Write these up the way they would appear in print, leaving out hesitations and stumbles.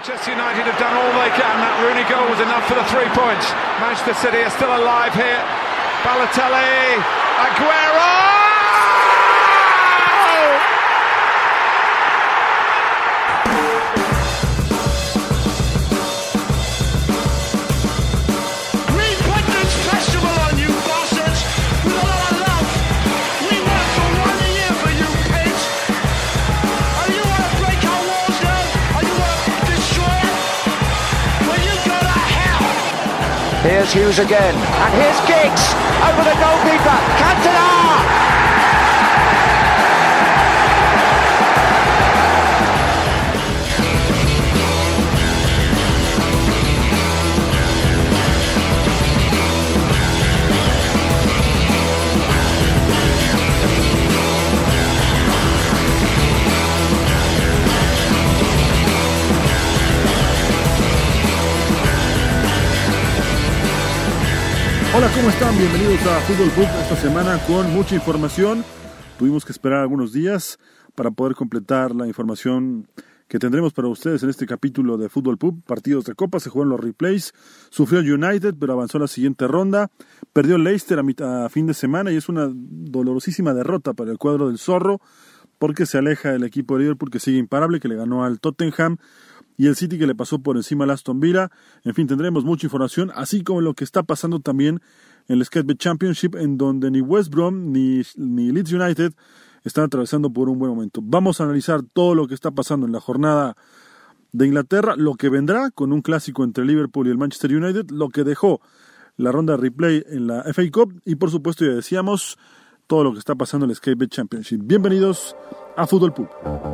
Manchester United have done all they can. That Rooney goal was enough for the 3 points. Manchester City are still alive here. Balotelli, Aguero! Here's Hughes again, and here's Giggs, over the goalkeeper, Cantona! Hola, ¿cómo están? Bienvenidos a Fútbol Pub esta semana con mucha información. Tuvimos que esperar algunos días para poder completar la información que tendremos para ustedes en este capítulo de Fútbol Pub. Partidos de Copa, se jugaron los replays. Sufrió el United, pero avanzó a la siguiente ronda. Perdió el Leicester a fin de semana y es una dolorosísima derrota para el cuadro del Zorro porque se aleja el equipo de Liverpool, que sigue imparable, que le ganó al Tottenham, y el City, que le pasó por encima al Aston Villa. En fin, tendremos mucha información, así como lo que está pasando también en el Skatebet Championship, en donde ni West Brom ni Leeds United están atravesando por un buen momento. Vamos a analizar todo lo que está pasando en la jornada de Inglaterra, lo que vendrá con un clásico entre Liverpool y el Manchester United, lo que dejó la ronda de replay en la FA Cup y, por supuesto, ya decíamos, todo lo que está pasando en el Skatebet Championship. Bienvenidos a Fútbol Pub.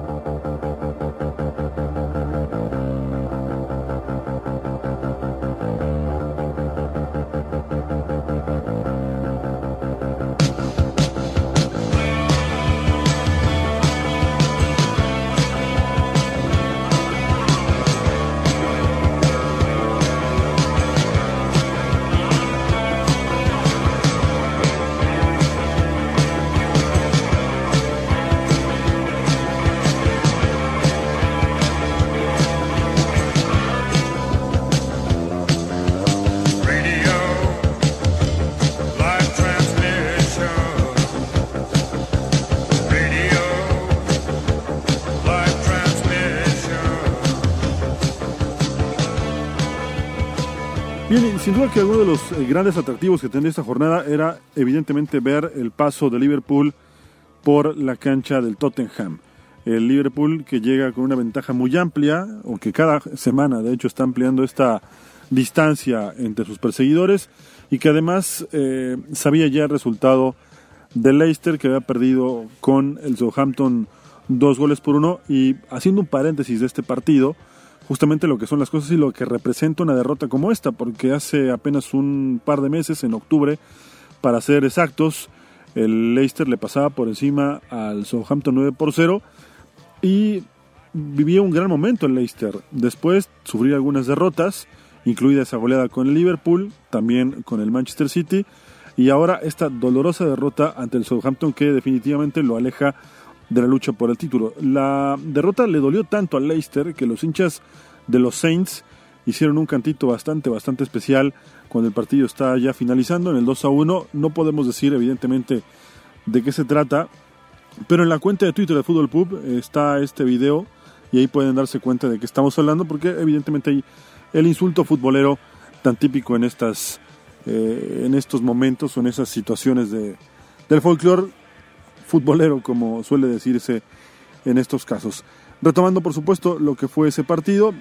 Bien, sin duda que uno de los grandes atractivos que tenía esta jornada era evidentemente ver el paso de Liverpool por la cancha del Tottenham. El Liverpool, que llega con una ventaja muy amplia, o que cada semana de hecho está ampliando esta distancia entre sus perseguidores, y que además sabía ya el resultado del Leicester, que había perdido con el Southampton 2-1, y haciendo un paréntesis de este partido, justamente lo que son las cosas y lo que representa una derrota como esta, porque hace apenas un par de meses, en octubre, para ser exactos, el Leicester le pasaba por encima al Southampton 9-0 y vivía un gran momento el Leicester. Después sufría algunas derrotas, incluida esa goleada con el Liverpool, también con el Manchester City, y ahora esta dolorosa derrota ante el Southampton que definitivamente lo aleja de la lucha por el título. La derrota le dolió tanto al Leicester que los hinchas de los Saints hicieron un cantito bastante especial cuando el partido está ya finalizando en el 2-1. No podemos decir evidentemente de qué se trata, pero en la cuenta de Twitter de Fútbol Pub está este video y ahí pueden darse cuenta de qué estamos hablando, porque evidentemente hay el insulto futbolero tan típico en estos momentos o en esas situaciones del folclore futbolero, como suele decirse en estos casos. Retomando, por supuesto, lo que fue ese partido,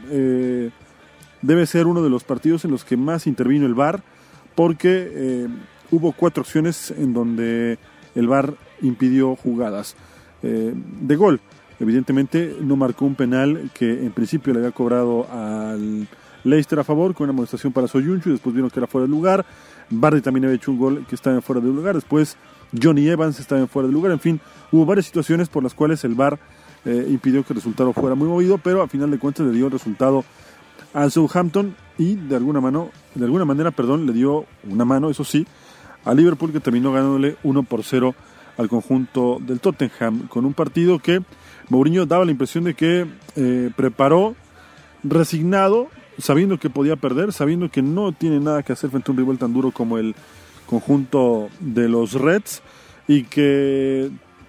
debe ser uno de los partidos en los que más intervino el VAR, porque hubo 4 acciones en donde el VAR impidió jugadas de gol. Evidentemente no marcó un penal que en principio le había cobrado al Leicester a favor, con una amonestación para Soyuncu, y después vieron que era fuera de lugar. Vardy también había hecho un gol que estaba fuera de lugar, después Johnny Evans estaba fuera de lugar. En fin, hubo varias situaciones por las cuales el VAR impidió que el resultado fuera muy movido, pero a final de cuentas le dio el resultado al Southampton y de alguna manera le dio una mano, eso sí, a Liverpool, que terminó ganándole 1-0 al conjunto del Tottenham, con un partido que Mourinho daba la impresión de que preparó resignado, sabiendo que podía perder, sabiendo que no tiene nada que hacer frente a un rival tan duro como el conjunto de los Reds, y que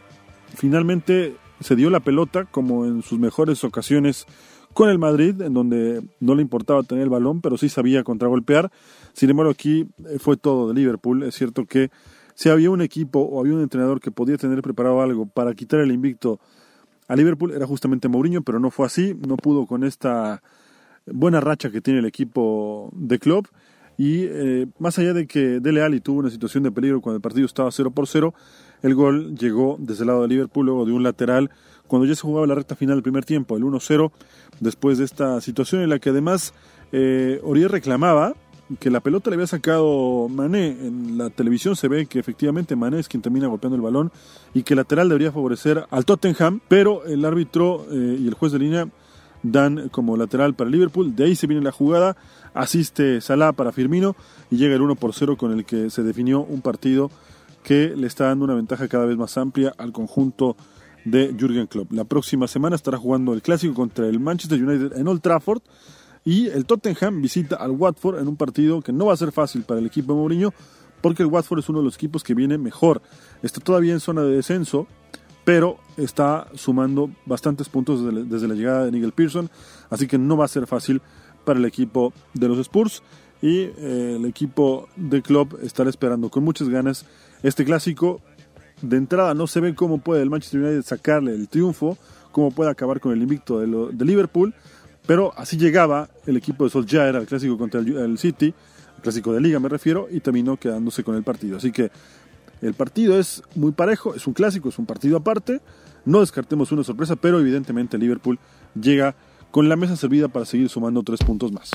finalmente se dio la pelota como en sus mejores ocasiones con el Madrid, en donde no le importaba tener el balón, pero sí sabía contragolpear. Sin embargo, aquí fue todo de Liverpool. Es cierto que si había un equipo o había un entrenador que podía tener preparado algo para quitar el invicto a Liverpool, era justamente Mourinho, pero no fue así. No pudo con esta buena racha que tiene el equipo de Klopp. Y más allá de que Dele Alli tuvo una situación de peligro cuando el partido estaba 0-0, el gol llegó desde el lado de Liverpool, luego de un lateral, cuando ya se jugaba la recta final del primer tiempo, el 1-0, después de esta situación en la que además Aurier reclamaba que la pelota le había sacado Mané. En la televisión se ve que efectivamente Mané es quien termina golpeando el balón y que el lateral debería favorecer al Tottenham, pero el árbitro y el juez de línea dan como lateral para Liverpool. De ahí se viene la jugada, asiste Salah para Firmino y llega el 1-0 con el que se definió un partido que le está dando una ventaja cada vez más amplia al conjunto de Jürgen Klopp. La próxima semana estará jugando el clásico contra el Manchester United en Old Trafford, y el Tottenham visita al Watford en un partido que no va a ser fácil para el equipo de Mourinho, porque el Watford es uno de los equipos que viene mejor. Está todavía en zona de descenso, pero está sumando bastantes puntos desde la llegada de Nigel Pearson, así que no va a ser fácil para el equipo de los Spurs, y el equipo de Klopp estará esperando con muchas ganas este clásico. De entrada no se ve cómo puede el Manchester United sacarle el triunfo, cómo puede acabar con el invicto de Liverpool, pero así llegaba el equipo de Solskjaer al clásico contra el City, el clásico de Liga me refiero, y terminó quedándose con el partido. Así que el partido es muy parejo, es un clásico, es un partido aparte, no descartemos una sorpresa, pero evidentemente Liverpool llega con la mesa servida para seguir sumando 3 puntos más.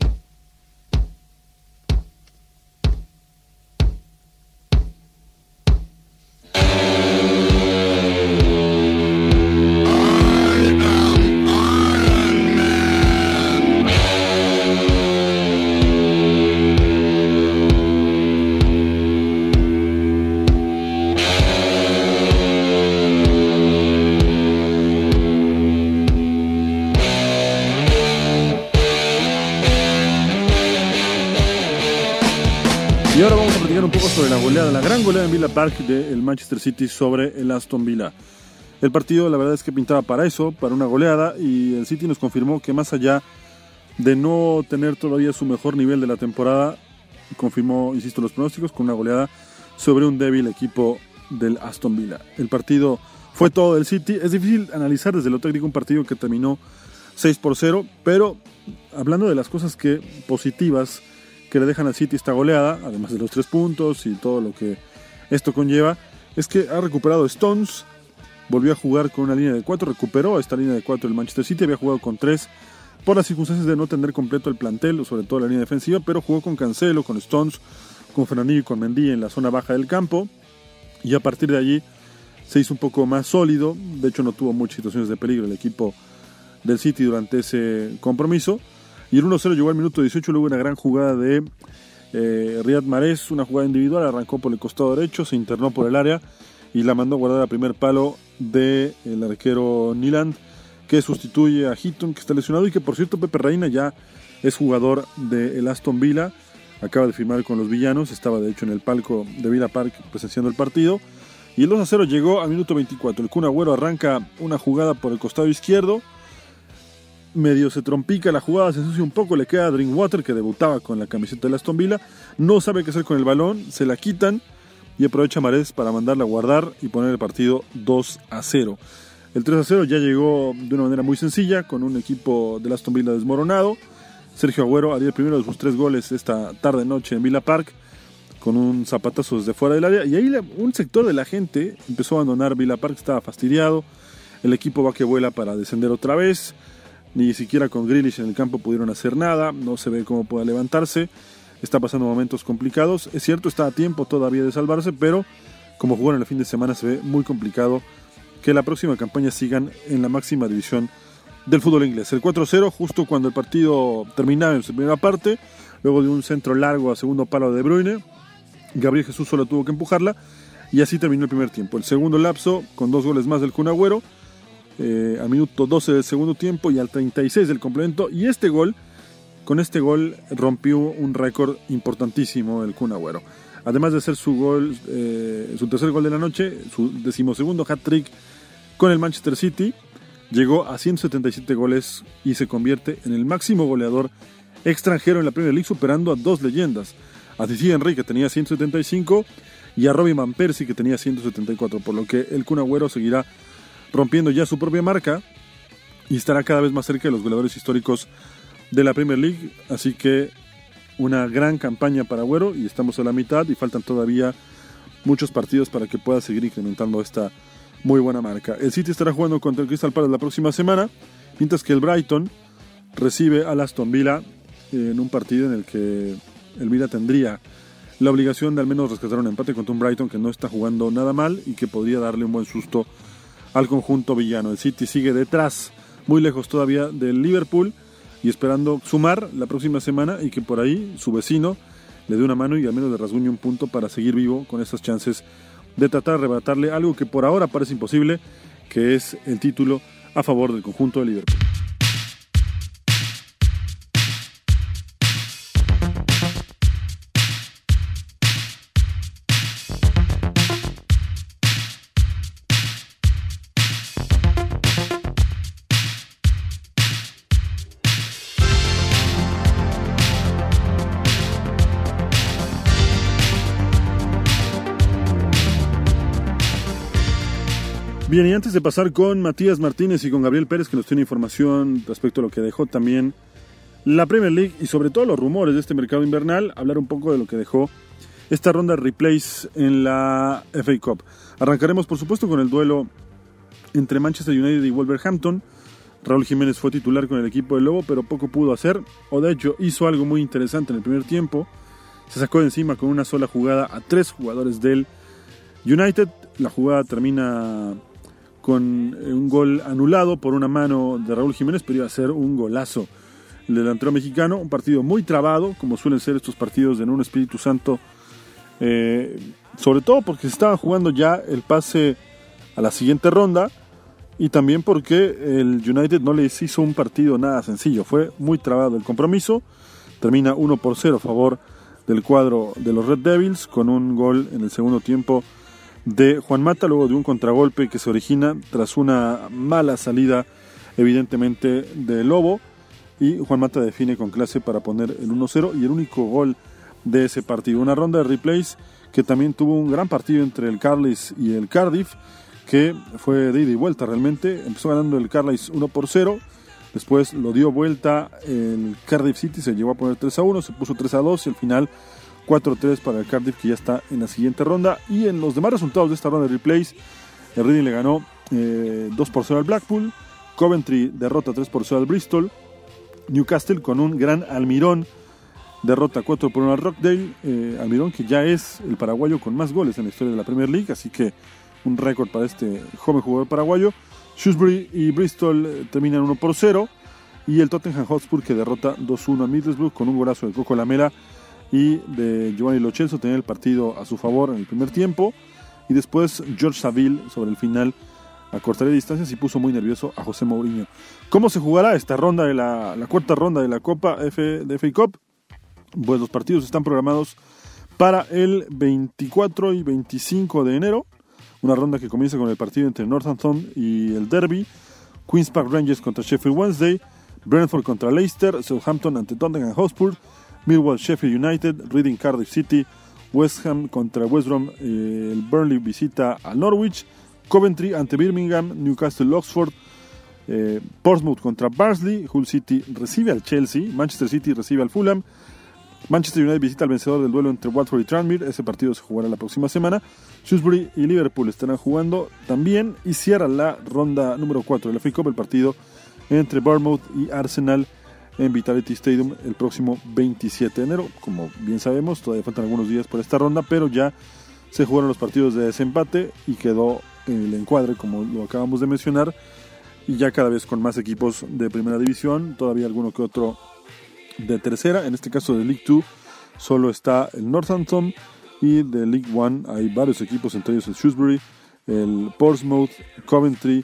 Y ahora vamos a platicar un poco sobre la goleada, la gran goleada en Villa Park del Manchester City sobre el Aston Villa. El partido la verdad es que pintaba para eso, para una goleada, y el City nos confirmó que más allá de no tener todavía su mejor nivel de la temporada, confirmó, insisto, los pronósticos con una goleada sobre un débil equipo del Aston Villa. El partido fue todo del City. Es difícil analizar desde lo técnico un partido que terminó 6-0, pero hablando de las cosas positivas que le dejan al City esta goleada, además de los 3 puntos y todo lo que esto conlleva, es que ha recuperado Stones, volvió a jugar con una línea de 4, recuperó esta línea de 4 del Manchester City, había jugado con 3 por las circunstancias de no tener completo el plantel, sobre todo la línea defensiva, pero jugó con Cancelo, con Stones, con Fernandinho y con Mendy en la zona baja del campo, y a partir de allí se hizo un poco más sólido. De hecho no tuvo muchas situaciones de peligro el equipo del City durante ese compromiso. Y el 1-0 llegó al minuto 18, luego una gran jugada de Riyad Mahrez, una jugada individual, arrancó por el costado derecho, se internó por el área y la mandó a guardar a primer palo del arquero Nyland, que sustituye a Heaton, que está lesionado, y que por cierto Pepe Reina ya es jugador del Aston Villa, acaba de firmar con los villanos, estaba de hecho en el palco de Villa Park presenciando el partido. Y el 2-0 llegó al minuto 24, el Kun Agüero arranca una jugada por el costado izquierdo, medio se trompica la jugada, se ensucia un poco, le queda a Drinkwater, que debutaba con la camiseta de Aston Villa, no sabe qué hacer con el balón, se la quitan y aprovecha Mahrez para mandarla a guardar y poner el partido 2-0. El 3-0 ya llegó de una manera muy sencilla, con un equipo del Aston Villa desmoronado. Sergio Agüero haría el primero de sus 3 goles esta tarde-noche en Villa Park, con un zapatazo desde fuera del área, y ahí un sector de la gente empezó a abandonar Villa Park, estaba fastidiado, el equipo va que vuela para descender otra vez. Ni siquiera con Grealish en el campo pudieron hacer nada, no se ve cómo pueda levantarse, está pasando momentos complicados. Es cierto, está a tiempo todavía de salvarse, pero como jugaron el fin de semana se ve muy complicado que la próxima campaña sigan en la máxima división del fútbol inglés. El 4-0 justo cuando el partido terminaba en su primera parte, luego de un centro largo a segundo palo de De Bruyne, Gabriel Jesús solo tuvo que empujarla y así terminó el primer tiempo. El segundo lapso con 2 goles más del Kun Agüero, al minuto 12 del segundo tiempo y al 36 del complemento. Y con este gol rompió un récord importantísimo el Kun Agüero. Además de hacer su tercer gol de la noche, su 12º hat-trick con el Manchester City, llegó a 177 goles y se convierte en el máximo goleador extranjero en la Premier League, superando a dos leyendas, a Thierry Henry, que tenía 175, y a Robin Van Persie, que tenía 174, por lo que el Kun Agüero seguirá rompiendo ya su propia marca y estará cada vez más cerca de los goleadores históricos de la Premier League. Así que una gran campaña para Agüero, y estamos a la mitad y faltan todavía muchos partidos para que pueda seguir incrementando esta muy buena marca. El City estará jugando contra el Crystal Palace la próxima semana, mientras que el Brighton recibe al Aston Villa en un partido en el que el Villa tendría la obligación de al menos rescatar un empate contra un Brighton que no está jugando nada mal y que podría darle un buen susto al conjunto villano. El City sigue detrás, muy lejos todavía del Liverpool, y esperando sumar la próxima semana y que por ahí su vecino le dé una mano y al menos le rasguñe un punto para seguir vivo con esas chances de tratar de arrebatarle algo que por ahora parece imposible, que es el título a favor del conjunto de Liverpool. Bien, y antes de pasar con Matías Martínez y con Gabriel Pérez, que nos tiene información respecto a lo que dejó también la Premier League y sobre todo los rumores de este mercado invernal, hablar un poco de lo que dejó esta ronda de replays en la FA Cup. Arrancaremos, por supuesto, con el duelo entre Manchester United y Wolverhampton. Raúl Jiménez fue titular con el equipo del Lobo, pero poco pudo hacer, o de hecho hizo algo muy interesante en el primer tiempo. Se sacó de encima con una sola jugada a 3 jugadores del United. La jugada termina con un gol anulado por una mano de Raúl Jiménez, pero iba a ser un golazo el delantero mexicano. Un partido muy trabado, como suelen ser estos partidos de un Espíritu Santo, sobre todo porque se estaba jugando ya el pase a la siguiente ronda, y también porque el United no les hizo un partido nada sencillo. Fue muy trabado el compromiso. Termina 1-0 a favor del cuadro de los Red Devils, con un gol en el segundo tiempo de Juan Mata, luego de un contragolpe que se origina tras una mala salida evidentemente de Lobo, y Juan Mata define con clase para poner el 1-0 y el único gol de ese partido. Una ronda de replays que también tuvo un gran partido entre el Carlisle y el Cardiff, que fue de ida y vuelta realmente. Empezó ganando el Carlisle 1-0, después lo dio vuelta el Cardiff City, se llegó a poner 3-1, se puso 3-2 y al final 4-3 para el Cardiff, que ya está en la siguiente ronda. Y en los demás resultados de esta ronda de replays, el Reading le ganó 2-0 al Blackpool, Coventry derrota 3-0 al Bristol, Newcastle con un gran Almirón derrota 4-1 al Rockdale, Almirón que ya es el paraguayo con más goles en la historia de la Premier League, así que un récord para este joven jugador paraguayo. Shrewsbury y Bristol terminan 1-0, y el Tottenham Hotspur que derrota 2-1 a Middlesbrough con un golazo de Coco Lamela y de Giovanni Lo Celso. Tenía el partido a su favor en el primer tiempo, y después George Saville sobre el final acortaría distancias y puso muy nervioso a José Mourinho. ¿Cómo se jugará esta ronda de la cuarta ronda de la Copa de FA Cup? Pues los partidos están programados para el 24 y 25 de enero, una ronda que comienza con el partido entre Northampton y el Derby, Queen's Park Rangers contra Sheffield Wednesday, Brentford contra Leicester, Southampton ante Tottenham Hotspur, Millwall Sheffield United, Reading Cardiff City, West Ham contra West Brom, el Burnley visita a Norwich, Coventry ante Birmingham, Newcastle Oxford, Portsmouth contra Barnsley, Hull City recibe al Chelsea, Manchester City recibe al Fulham, Manchester United visita al vencedor del duelo entre Watford y Tranmere. Ese partido se jugará la próxima semana. Shrewsbury y Liverpool estarán jugando también, y cierra la ronda número 4 de la FA Cup el partido entre Bournemouth y Arsenal en Vitality Stadium el próximo 27 de enero. Como bien sabemos, todavía faltan algunos días por esta ronda, pero ya se jugaron los partidos de desempate y quedó el encuadre, como lo acabamos de mencionar, y ya cada vez con más equipos de primera división, todavía alguno que otro de tercera. En este caso de League 2 solo está el Northampton, y de League 1 hay varios equipos, entre ellos el Shrewsbury, el Portsmouth, Coventry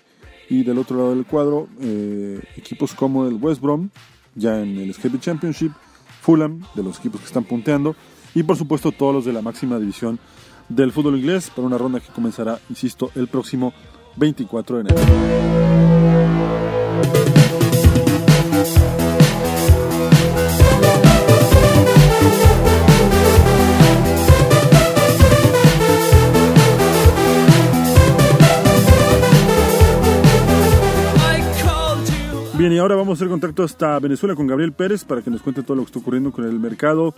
Y del otro lado del cuadro, equipos como el West Brom, ya en el SKP Championship, Fulham, de los equipos que están punteando, y por supuesto todos los de la máxima división del fútbol inglés, para una ronda que comenzará, insisto, el próximo 24 de enero. Bien, y ahora vamos a hacer contacto hasta Venezuela con Gabriel Pérez para que nos cuente todo lo que está ocurriendo con el mercado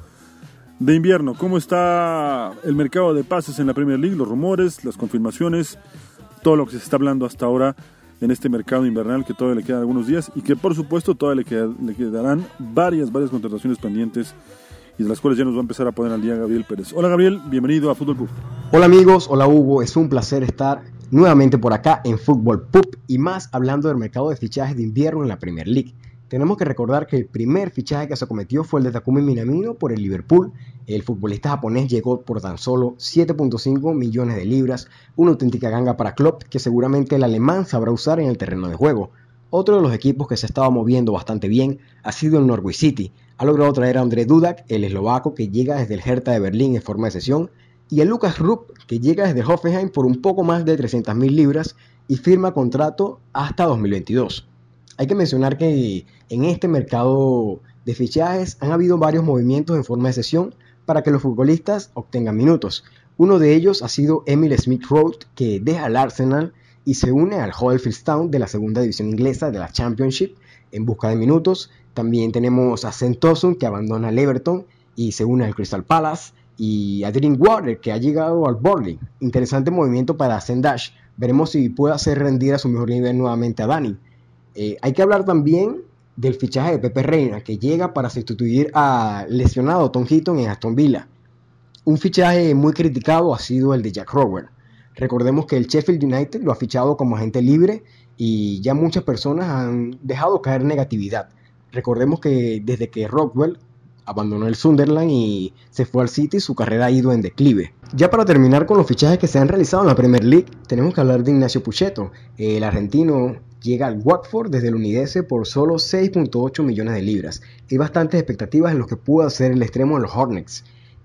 de invierno. ¿Cómo está el mercado de pases en la Premier League? Los rumores, las confirmaciones, todo lo que se está hablando hasta ahora en este mercado invernal, que todavía le quedan algunos días y que por supuesto todavía le quedarán varias contrataciones pendientes y de las cuales ya nos va a empezar a poner al día Gabriel Pérez. Hola Gabriel, bienvenido a Fútbol Pub. Hola amigos, hola Hugo, es un placer estar nuevamente por acá en Fútbol Pub y más hablando del mercado de fichajes de invierno en la Premier League. Tenemos que recordar que el primer fichaje que se cometió fue el de Takumi Minamino por el Liverpool. El futbolista japonés llegó por tan solo 7.5 millones de libras, una auténtica ganga para Klopp que seguramente el alemán sabrá usar en el terreno de juego. Otro de los equipos que se estaba moviendo bastante bien ha sido el Norwich City. Ha logrado traer a André Dudak, el eslovaco que llega desde el Hertha de Berlín en forma de cesión, y a Lucas Rupp, que llega desde Hoffenheim por un poco más de 300.000 libras y firma contrato hasta 2022. Hay que mencionar que en este mercado de fichajes han habido varios movimientos en forma de cesión para que los futbolistas obtengan minutos. Uno de ellos ha sido Emil Smith-Rowe, que deja el Arsenal y se une al Huddersfield Town de la segunda división inglesa de la Championship en busca de minutos. También tenemos a St. Tosun, que abandona el Everton y se une al Crystal Palace, y a Drinkwater, que ha llegado al Burnley. Interesante movimiento para Sendash. Veremos si puede hacer rendir a su mejor nivel nuevamente a Dani. Hay que hablar también del fichaje de Pepe Reina, que llega para sustituir al lesionado Tom Heaton en Aston Villa. Un fichaje muy criticado ha sido el de Jack Rower. Recordemos que el Sheffield United lo ha fichado como agente libre y ya muchas personas han dejado caer negatividad. Recordemos que desde que Rockwell abandonó el Sunderland y se fue al City, su carrera ha ido en declive. Ya para terminar con los fichajes que se han realizado en la Premier League, tenemos que hablar de Ignacio Puchetto. El argentino llega al Watford desde el Udinese por solo 6.8 millones de libras. Hay bastantes expectativas en lo que pudo hacer el extremo de los Hornets.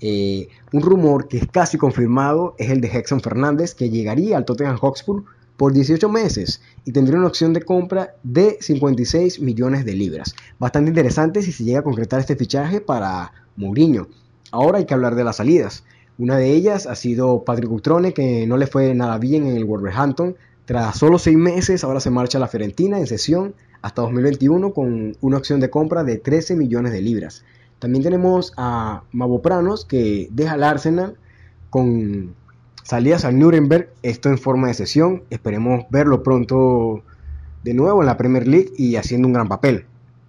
Un rumor que es casi confirmado es el de Hexon Fernández, que llegaría al Tottenham Hotspur por 18 meses y tendría una opción de compra de 56 millones de libras. Bastante interesante si se llega a concretar este fichaje para Mourinho. Ahora hay que hablar de las salidas. Una de ellas ha sido Patrick Cutrone, que no le fue nada bien en el Wolverhampton. Tras solo 6 meses, ahora se marcha a la Fiorentina en cesión hasta 2021 con una opción de compra de 13 millones de libras. También tenemos a Mavropanos, que deja el Arsenal con salidas al Nuremberg, esto en forma de cesión. Esperemos verlo pronto de nuevo en la Premier League y haciendo un gran papel.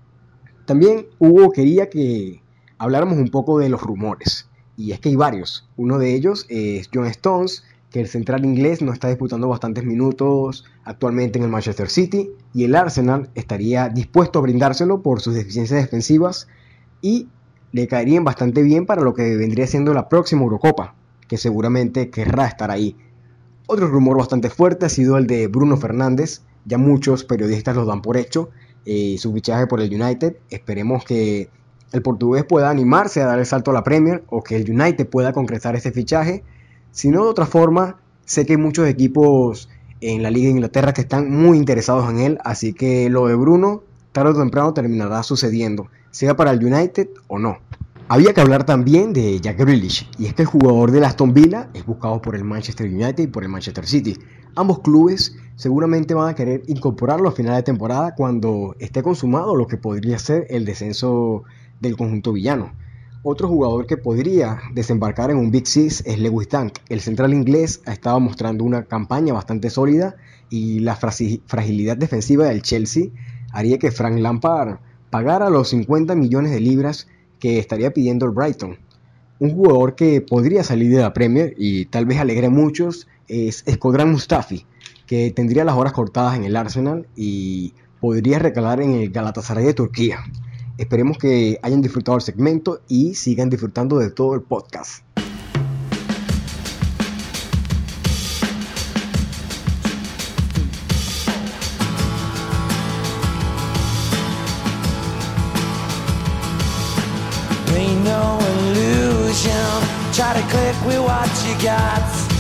También Hugo quería que habláramos un poco de los rumores, y es que hay varios. Uno de ellos es John Stones, que el central inglés no está disputando bastantes minutos actualmente en el Manchester City, y el Arsenal estaría dispuesto a brindárselo por sus deficiencias defensivas y le caerían bastante bien para lo que vendría siendo la próxima Eurocopa, que seguramente querrá estar ahí. Otro rumor bastante fuerte ha sido el de Bruno Fernández. Ya muchos periodistas lo dan por hecho, su fichaje por el United. Esperemos que el portugués pueda animarse a dar el salto a la Premier o que el United pueda concretar este fichaje. Si no, de otra forma, sé que hay muchos equipos en la Liga de Inglaterra que están muy interesados en él, así que lo de Bruno tarde o temprano terminará sucediendo, sea para el United o no. Había que hablar también de Jack Grealish, y es que el jugador del Aston Villa es buscado por el Manchester United y por el Manchester City. Ambos clubes seguramente van a querer incorporarlo a final de temporada cuando esté consumado lo que podría ser el descenso del conjunto villano. Otro jugador que podría desembarcar en un Big Six es Lewis Dunk. El central inglés ha estado mostrando una campaña bastante sólida y la fragilidad defensiva del Chelsea haría que Frank Lampard pagara los 50 millones de libras que estaría pidiendo el Brighton. Un jugador que podría salir de la Premier y tal vez alegre a muchos es Shkodran Mustafi, que tendría las horas cortadas en el Arsenal y podría recalar en el Galatasaray de Turquía. Esperemos que hayan disfrutado el segmento y sigan disfrutando de todo el podcast. Try to click with what you got.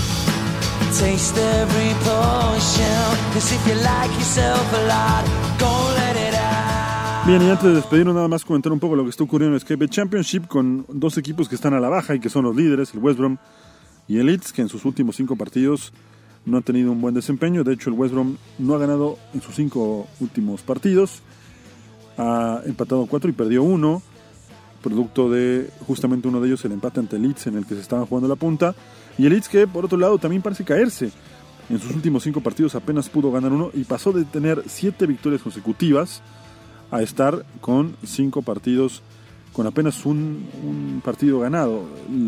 Taste every potion. Cause if you like yourself a lot, go let it out. Bien, y antes de despedirnos nada más comentar un poco lo que está ocurriendo en el Sky Bet Championship con dos equipos que están a la baja y que son los líderes, el West Brom y el Leeds, que en sus últimos 5 partidos no han tenido un buen desempeño. De hecho, el West Brom no ha ganado en sus 5 últimos partidos. Ha empatado 4 y perdió 1, producto de justamente uno de ellos, el empate ante el Leeds, en el que se estaban jugando la punta. Y el Leeds, que por otro lado también parece caerse. En sus últimos 5 partidos apenas pudo ganar 1 y pasó de tener 7 victorias consecutivas a estar con 5 partidos con apenas un partido ganado.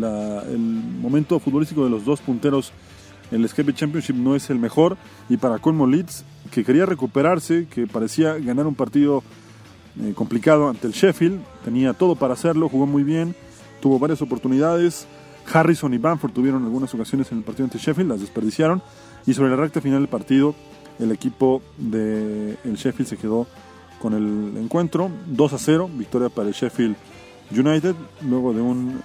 El momento futbolístico de los dos punteros en el Sky Bet Championship no es el mejor, y para colmo Leeds, que quería recuperarse, que parecía ganar un partido complicado ante el Sheffield, tenía todo para hacerlo, jugó muy bien, tuvo varias oportunidades. Harrison y Bamford tuvieron algunas ocasiones en el partido ante Sheffield, las desperdiciaron, y sobre la recta final del partido el equipo del Sheffield se quedó con el encuentro. 2-0, victoria para el Sheffield United, luego de un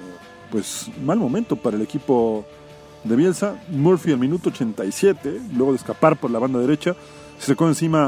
mal momento para el equipo de Bielsa. Murphy al minuto 87, luego de escapar por la banda derecha, se sacó encima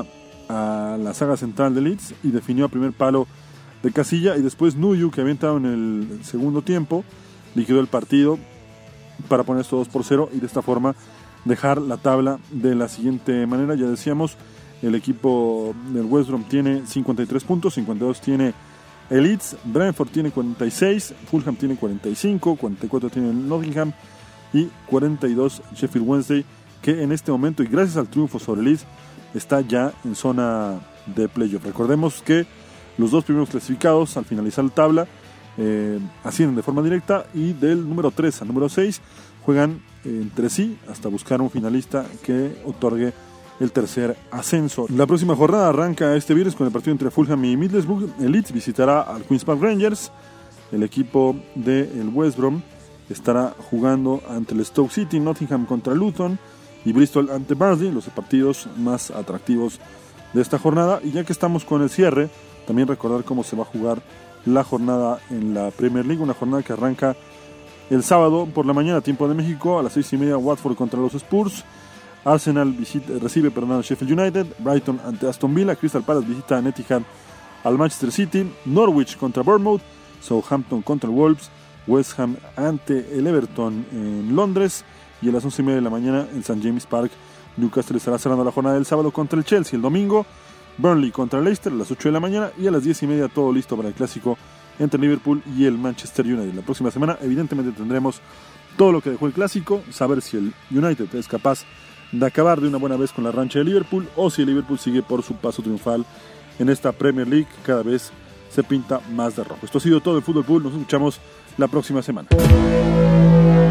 a la saga central de Leeds y definió a primer palo de casilla, y después Nuyu, que había entrado en el segundo tiempo, liquidó el partido para poner esto 2-0 y de esta forma dejar la tabla de la siguiente manera. Ya decíamos, el equipo del West Brom tiene 53 puntos, 52 tiene el Leeds, Brentford tiene 46, Fulham tiene 45, 44 tiene el Nottingham y 42 Sheffield Wednesday, que en este momento, y gracias al triunfo sobre Leeds, está ya en zona de playoff. Recordemos que los dos primeros clasificados al finalizar la tabla ascienden de forma directa, y del número 3 al número 6 juegan entre sí hasta buscar un finalista que otorgue el tercer ascenso. La próxima jornada arranca este viernes con el partido entre Fulham y Middlesbrough. El Leeds visitará al Queen's Park Rangers. El equipo del West Brom estará jugando ante el Stoke City, Nottingham contra Luton y Bristol ante Barnsley, los partidos más atractivos de esta jornada. Y ya que estamos con el cierre, también recordar cómo se va a jugar la jornada en la Premier League, una jornada que arranca el sábado por la mañana, tiempo de México, a las 6:30, Watford contra los Spurs, Arsenal recibe al Sheffield United, Brighton ante Aston Villa, Crystal Palace visita a Etihad al Manchester City, Norwich contra Bournemouth, Southampton contra el Wolves, West Ham ante el Everton en Londres, y a las 11:30 de la mañana en St. James Park, Newcastle estará cerrando la jornada del sábado contra el Chelsea. El domingo, Burnley contra Leicester a las 8 de la mañana, y a las 10:30 todo listo para el clásico entre Liverpool y el Manchester United. La próxima semana evidentemente tendremos todo lo que dejó el clásico, saber si el United es capaz de acabar de una buena vez con la rancha de Liverpool, o si el Liverpool sigue por su paso triunfal en esta Premier League, que cada vez se pinta más de rojo. Esto ha sido todo en Fútbol Pool, nos escuchamos la próxima semana.